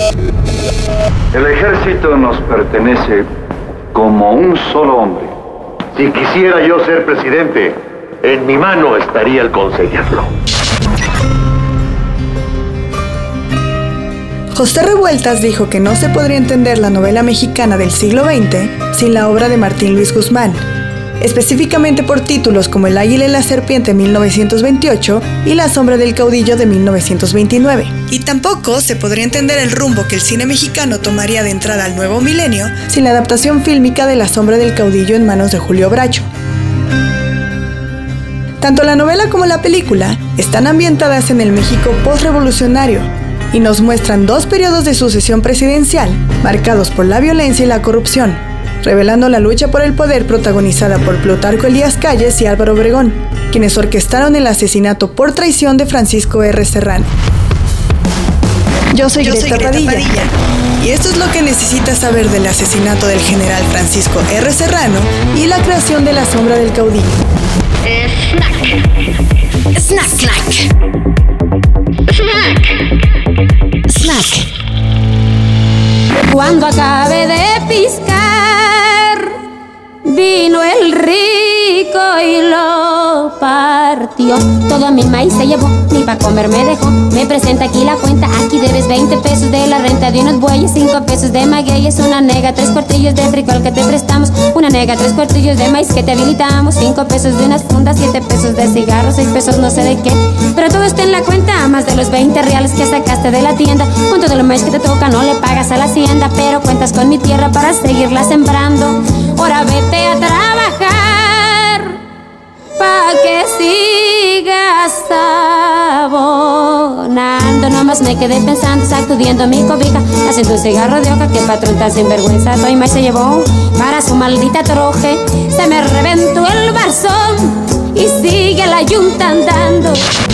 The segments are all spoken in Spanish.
El ejército nos pertenece como un solo hombre. Si quisiera yo ser presidente, en mi mano estaría el conseguirlo. José Revueltas dijo que no se podría entender la novela mexicana del siglo XX sin la obra de Martín Luis Guzmán, específicamente por títulos como El águila y la serpiente 1928 y La sombra del caudillo de 1929. Y tampoco se podría entender el rumbo que el cine mexicano tomaría de entrada al nuevo milenio sin la adaptación fílmica de La sombra del caudillo en manos de Julio Bracho. Tanto la novela como la película están ambientadas en el México postrevolucionario y nos muestran dos periodos de sucesión presidencial marcados por la violencia y la corrupción, revelando la lucha por el poder protagonizada por Plutarco Elías Calles y Álvaro Obregón, quienes orquestaron el asesinato por traición de Francisco R. Serrano. Yo soy Greta Padilla, y esto es lo que necesitas saber del asesinato del general Francisco R. Serrano y la creación de La sombra del caudillo. Snack. Cuando acabe de piscar, vino el rico y lo partió. Todo mi maíz se llevó, ni pa' comer me dejó. Me presenta aquí la cuenta, aquí debes 20 pesos de la renta de unos bueyes, 5 pesos de magueyes, una nega, 3 cuartillos de frijol que te prestamos, una nega, 3 cuartillos de maíz que te habilitamos, 5 pesos de unas fundas, 7 pesos de cigarros, 6 pesos no sé de qué, pero todo está en la cuenta, más de los 20 reales que sacaste de la tienda. Con todo lo maíz que te toca no le pagas a la hacienda, pero cuentas con mi tierra para seguirla sembrando. Ahora vete a trabajar pa' que sigas abonando. Nomás me quedé pensando, sacudiendo mi cobija, haciendo un cigarro de hoja que el patrón tan sinvergüenza todo y me se llevó para su maldita troje. Se me reventó el barzón y sigue la yunta andando.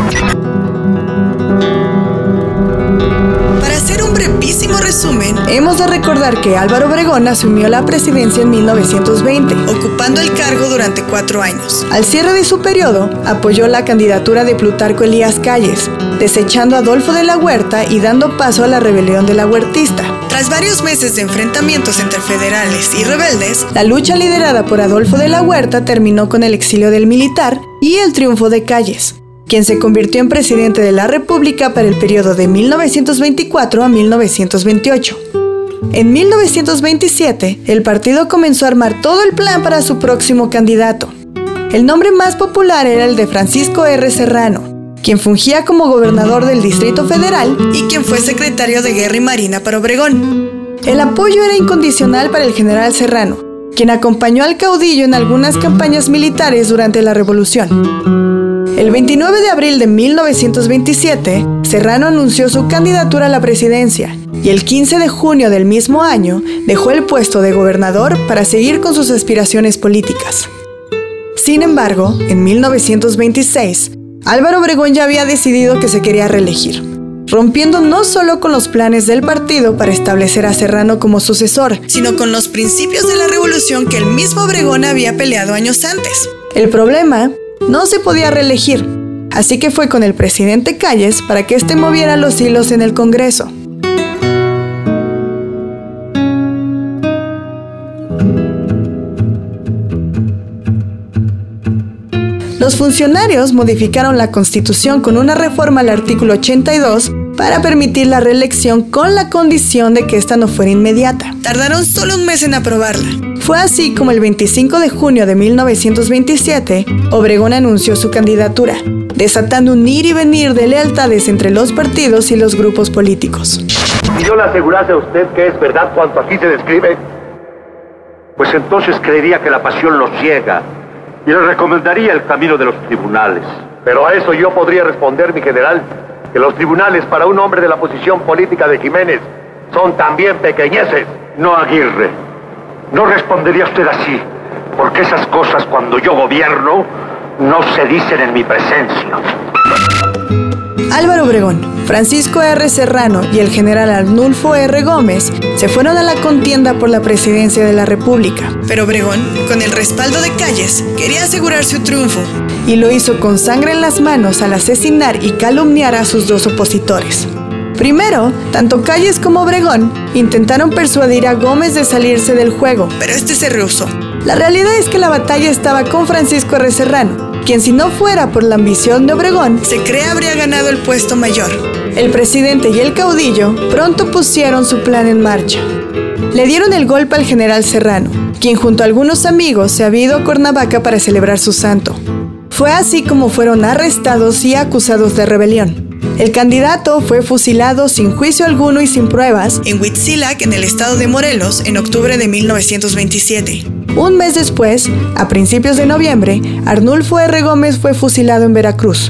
Para hacer un brevísimo resumen, hemos de recordar que Álvaro Obregón asumió la presidencia en 1920, ocupando el cargo durante 4 años. Al cierre de su periodo, apoyó la candidatura de Plutarco Elías Calles, desechando a Adolfo de la Huerta y dando paso a la rebelión de la Huertista. Tras varios meses de enfrentamientos entre federales y rebeldes, la lucha liderada por Adolfo de la Huerta terminó con el exilio del militar y el triunfo de Calles, quien se convirtió en presidente de la República para el periodo de 1924 a 1928. En 1927, el partido comenzó a armar todo el plan para su próximo candidato. El nombre más popular era el de Francisco R. Serrano, quien fungía como gobernador del Distrito Federal y quien fue secretario de Guerra y Marina para Obregón. El apoyo era incondicional para el general Serrano, quien acompañó al caudillo en algunas campañas militares durante la Revolución. El 29 de abril de 1927, Serrano anunció su candidatura a la presidencia y el 15 de junio del mismo año dejó el puesto de gobernador para seguir con sus aspiraciones políticas. Sin embargo, en 1926, Álvaro Obregón ya había decidido que se quería reelegir, rompiendo no solo con los planes del partido para establecer a Serrano como sucesor, sino con los principios de la revolución que el mismo Obregón había peleado años antes. El problema: no se podía reelegir, así que fue con el presidente Calles para que éste moviera los hilos en el Congreso. Los funcionarios modificaron la Constitución con una reforma al artículo 82 para permitir la reelección con la condición de que esta no fuera inmediata. Tardaron solo un mes en aprobarla. Fue así como el 25 de junio de 1927, Obregón anunció su candidatura, desatando un ir y venir de lealtades entre los partidos y los grupos políticos. Si yo le asegurase a usted que es verdad cuanto aquí se describe, pues entonces creería que la pasión lo ciega y le recomendaría el camino de los tribunales. Pero a eso yo podría responder, mi general, que los tribunales para un hombre de la posición política de Jiménez son también pequeñeces. No, Aguirre, no respondería usted así, porque esas cosas cuando yo gobierno no se dicen en mi presencia. Álvaro Obregón, Francisco R. Serrano y el general Arnulfo R. Gómez se fueron a la contienda por la presidencia de la República. Pero Obregón, con el respaldo de Calles, quería asegurar su triunfo y lo hizo con sangre en las manos al asesinar y calumniar a sus dos opositores. Primero, tanto Calles como Obregón intentaron persuadir a Gómez de salirse del juego, pero este se rehusó. La realidad es que la batalla estaba con Francisco R. Serrano, quien si no fuera por la ambición de Obregón, se cree habría ganado el puesto mayor. El presidente y el caudillo pronto pusieron su plan en marcha. Le dieron el golpe al general Serrano, quien junto a algunos amigos se había ido a Cuernavaca para celebrar su santo. Fue así como fueron arrestados y acusados de rebelión. El candidato fue fusilado sin juicio alguno y sin pruebas en Huitzilac, en el estado de Morelos, en octubre de 1927. Un mes después, a principios de noviembre, Arnulfo R. Gómez fue fusilado en Veracruz.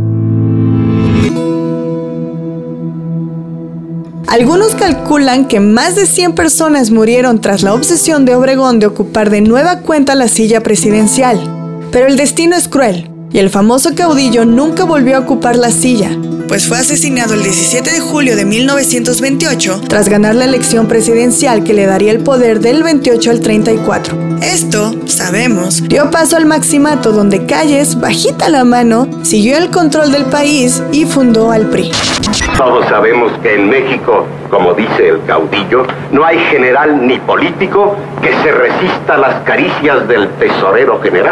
Algunos calculan que más de 100 personas murieron tras la obsesión de Obregón de ocupar de nueva cuenta la silla presidencial. Pero el destino es cruel, y el famoso caudillo nunca volvió a ocupar la silla, pues fue asesinado el 17 de julio de 1928 tras ganar la elección presidencial que le daría el poder del 28 al 34. Esto, sabemos, dio paso al maximato donde Calles, bajita la mano, siguió el control del país y fundó al PRI. Todos sabemos que en México, como dice el caudillo, no hay general ni político que se resista a las caricias del tesorero general.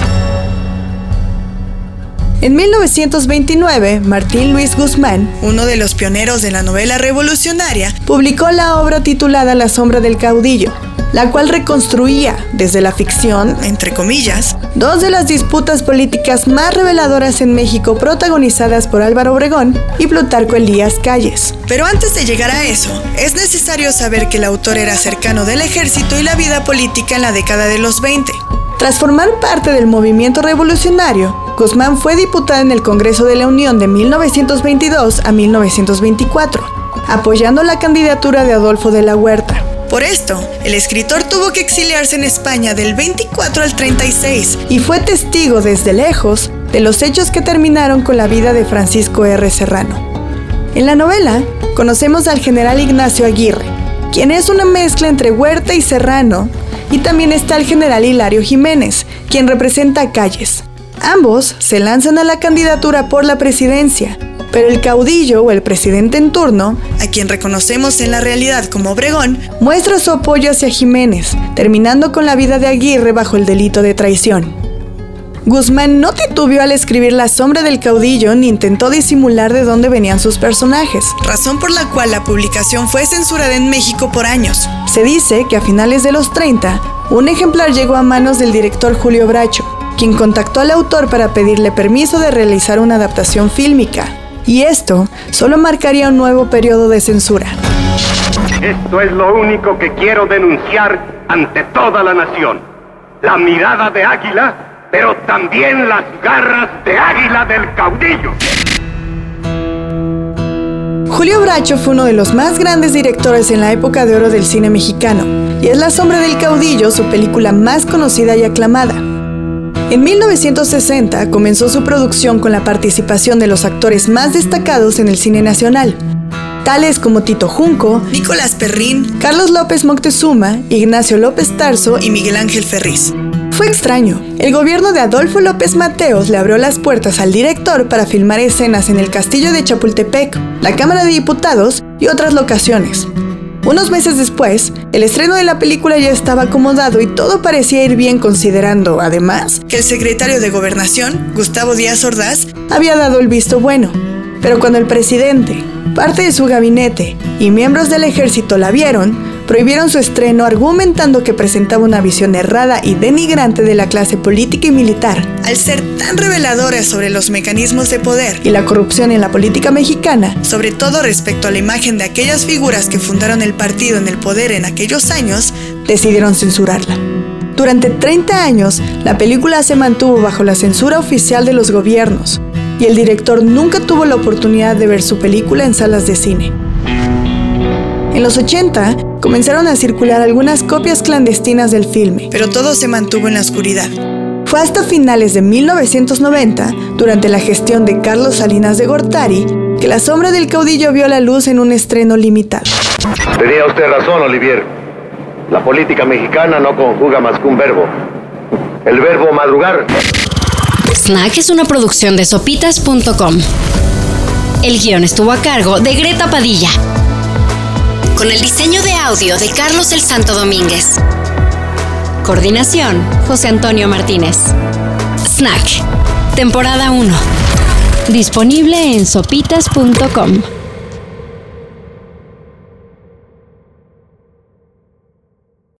En 1929, Martín Luis Guzmán, uno de los pioneros de la novela revolucionaria, publicó la obra titulada La sombra del caudillo, la cual reconstruía, desde la ficción, entre comillas, dos de las disputas políticas más reveladoras en México protagonizadas por Álvaro Obregón y Plutarco Elías Calles. Pero antes de llegar a eso, es necesario saber que el autor era cercano del ejército y la vida política en la década de los 20. Tras formar parte del movimiento revolucionario, Guzmán fue diputado en el Congreso de la Unión de 1922 a 1924, apoyando la candidatura de Adolfo de la Huerta. Por esto, el escritor tuvo que exiliarse en España del 24 al 36 y fue testigo desde lejos de los hechos que terminaron con la vida de Francisco R. Serrano. En la novela, conocemos al general Ignacio Aguirre, quien es una mezcla entre Huerta y Serrano, y también está el general Hilario Jiménez, quien representa a Calles. Ambos se lanzan a la candidatura por la presidencia, pero el caudillo o el presidente en turno, a quien reconocemos en la realidad como Obregón, muestra su apoyo hacia Jiménez, terminando con la vida de Aguirre bajo el delito de traición. Guzmán no titubeó al escribir La sombra del caudillo ni intentó disimular de dónde venían sus personajes, razón por la cual la publicación fue censurada en México por años. Se dice que a finales de los 30, un ejemplar llegó a manos del director Julio Bracho, quien contactó al autor para pedirle permiso de realizar una adaptación fílmica. Y esto solo marcaría un nuevo periodo de censura. Esto es lo único que quiero denunciar ante toda la nación. La mirada de águila, pero también las garras de águila del caudillo. Julio Bracho fue uno de los más grandes directores en la época de oro del cine mexicano, y es La sombra del caudillo su película más conocida y aclamada. En 1960 comenzó su producción con la participación de los actores más destacados en el cine nacional, tales como Tito Junco, Nicolás Perrín, Carlos López Moctezuma, Ignacio López Tarso y Miguel Ángel Ferriz. Fue extraño. El gobierno de Adolfo López Mateos le abrió las puertas al director para filmar escenas en el castillo de Chapultepec, la Cámara de Diputados y otras locaciones. Unos meses después, el estreno de la película ya estaba acomodado y todo parecía ir bien, considerando, además, que el secretario de Gobernación, Gustavo Díaz Ordaz, había dado el visto bueno. Pero cuando el presidente, parte de su gabinete y miembros del ejército la vieron, prohibieron su estreno argumentando que presentaba una visión errada y denigrante de la clase política y militar, al ser tan reveladora sobre los mecanismos de poder y la corrupción en la política mexicana, sobre todo respecto a la imagen de aquellas figuras que fundaron el partido en el poder en aquellos años, decidieron censurarla. Durante 30 años, la película se mantuvo bajo la censura oficial de los gobiernos, y el director nunca tuvo la oportunidad de ver su película en salas de cine. En los 80, comenzaron a circular algunas copias clandestinas del filme, pero todo se mantuvo en la oscuridad. Fue hasta finales de 1990, durante la gestión de Carlos Salinas de Gortari, que La sombra del caudillo vio la luz en un estreno limitado. Tenía usted razón, Olivier. La política mexicana no conjuga más que un verbo. El verbo madrugar. Snack es una producción de sopitas.com. El guión estuvo a cargo de Greta Padilla, con el diseño de audio de Carlos el Santo Domínguez. Coordinación, José Antonio Martínez. Snack, temporada 1. Disponible en sopitas.com.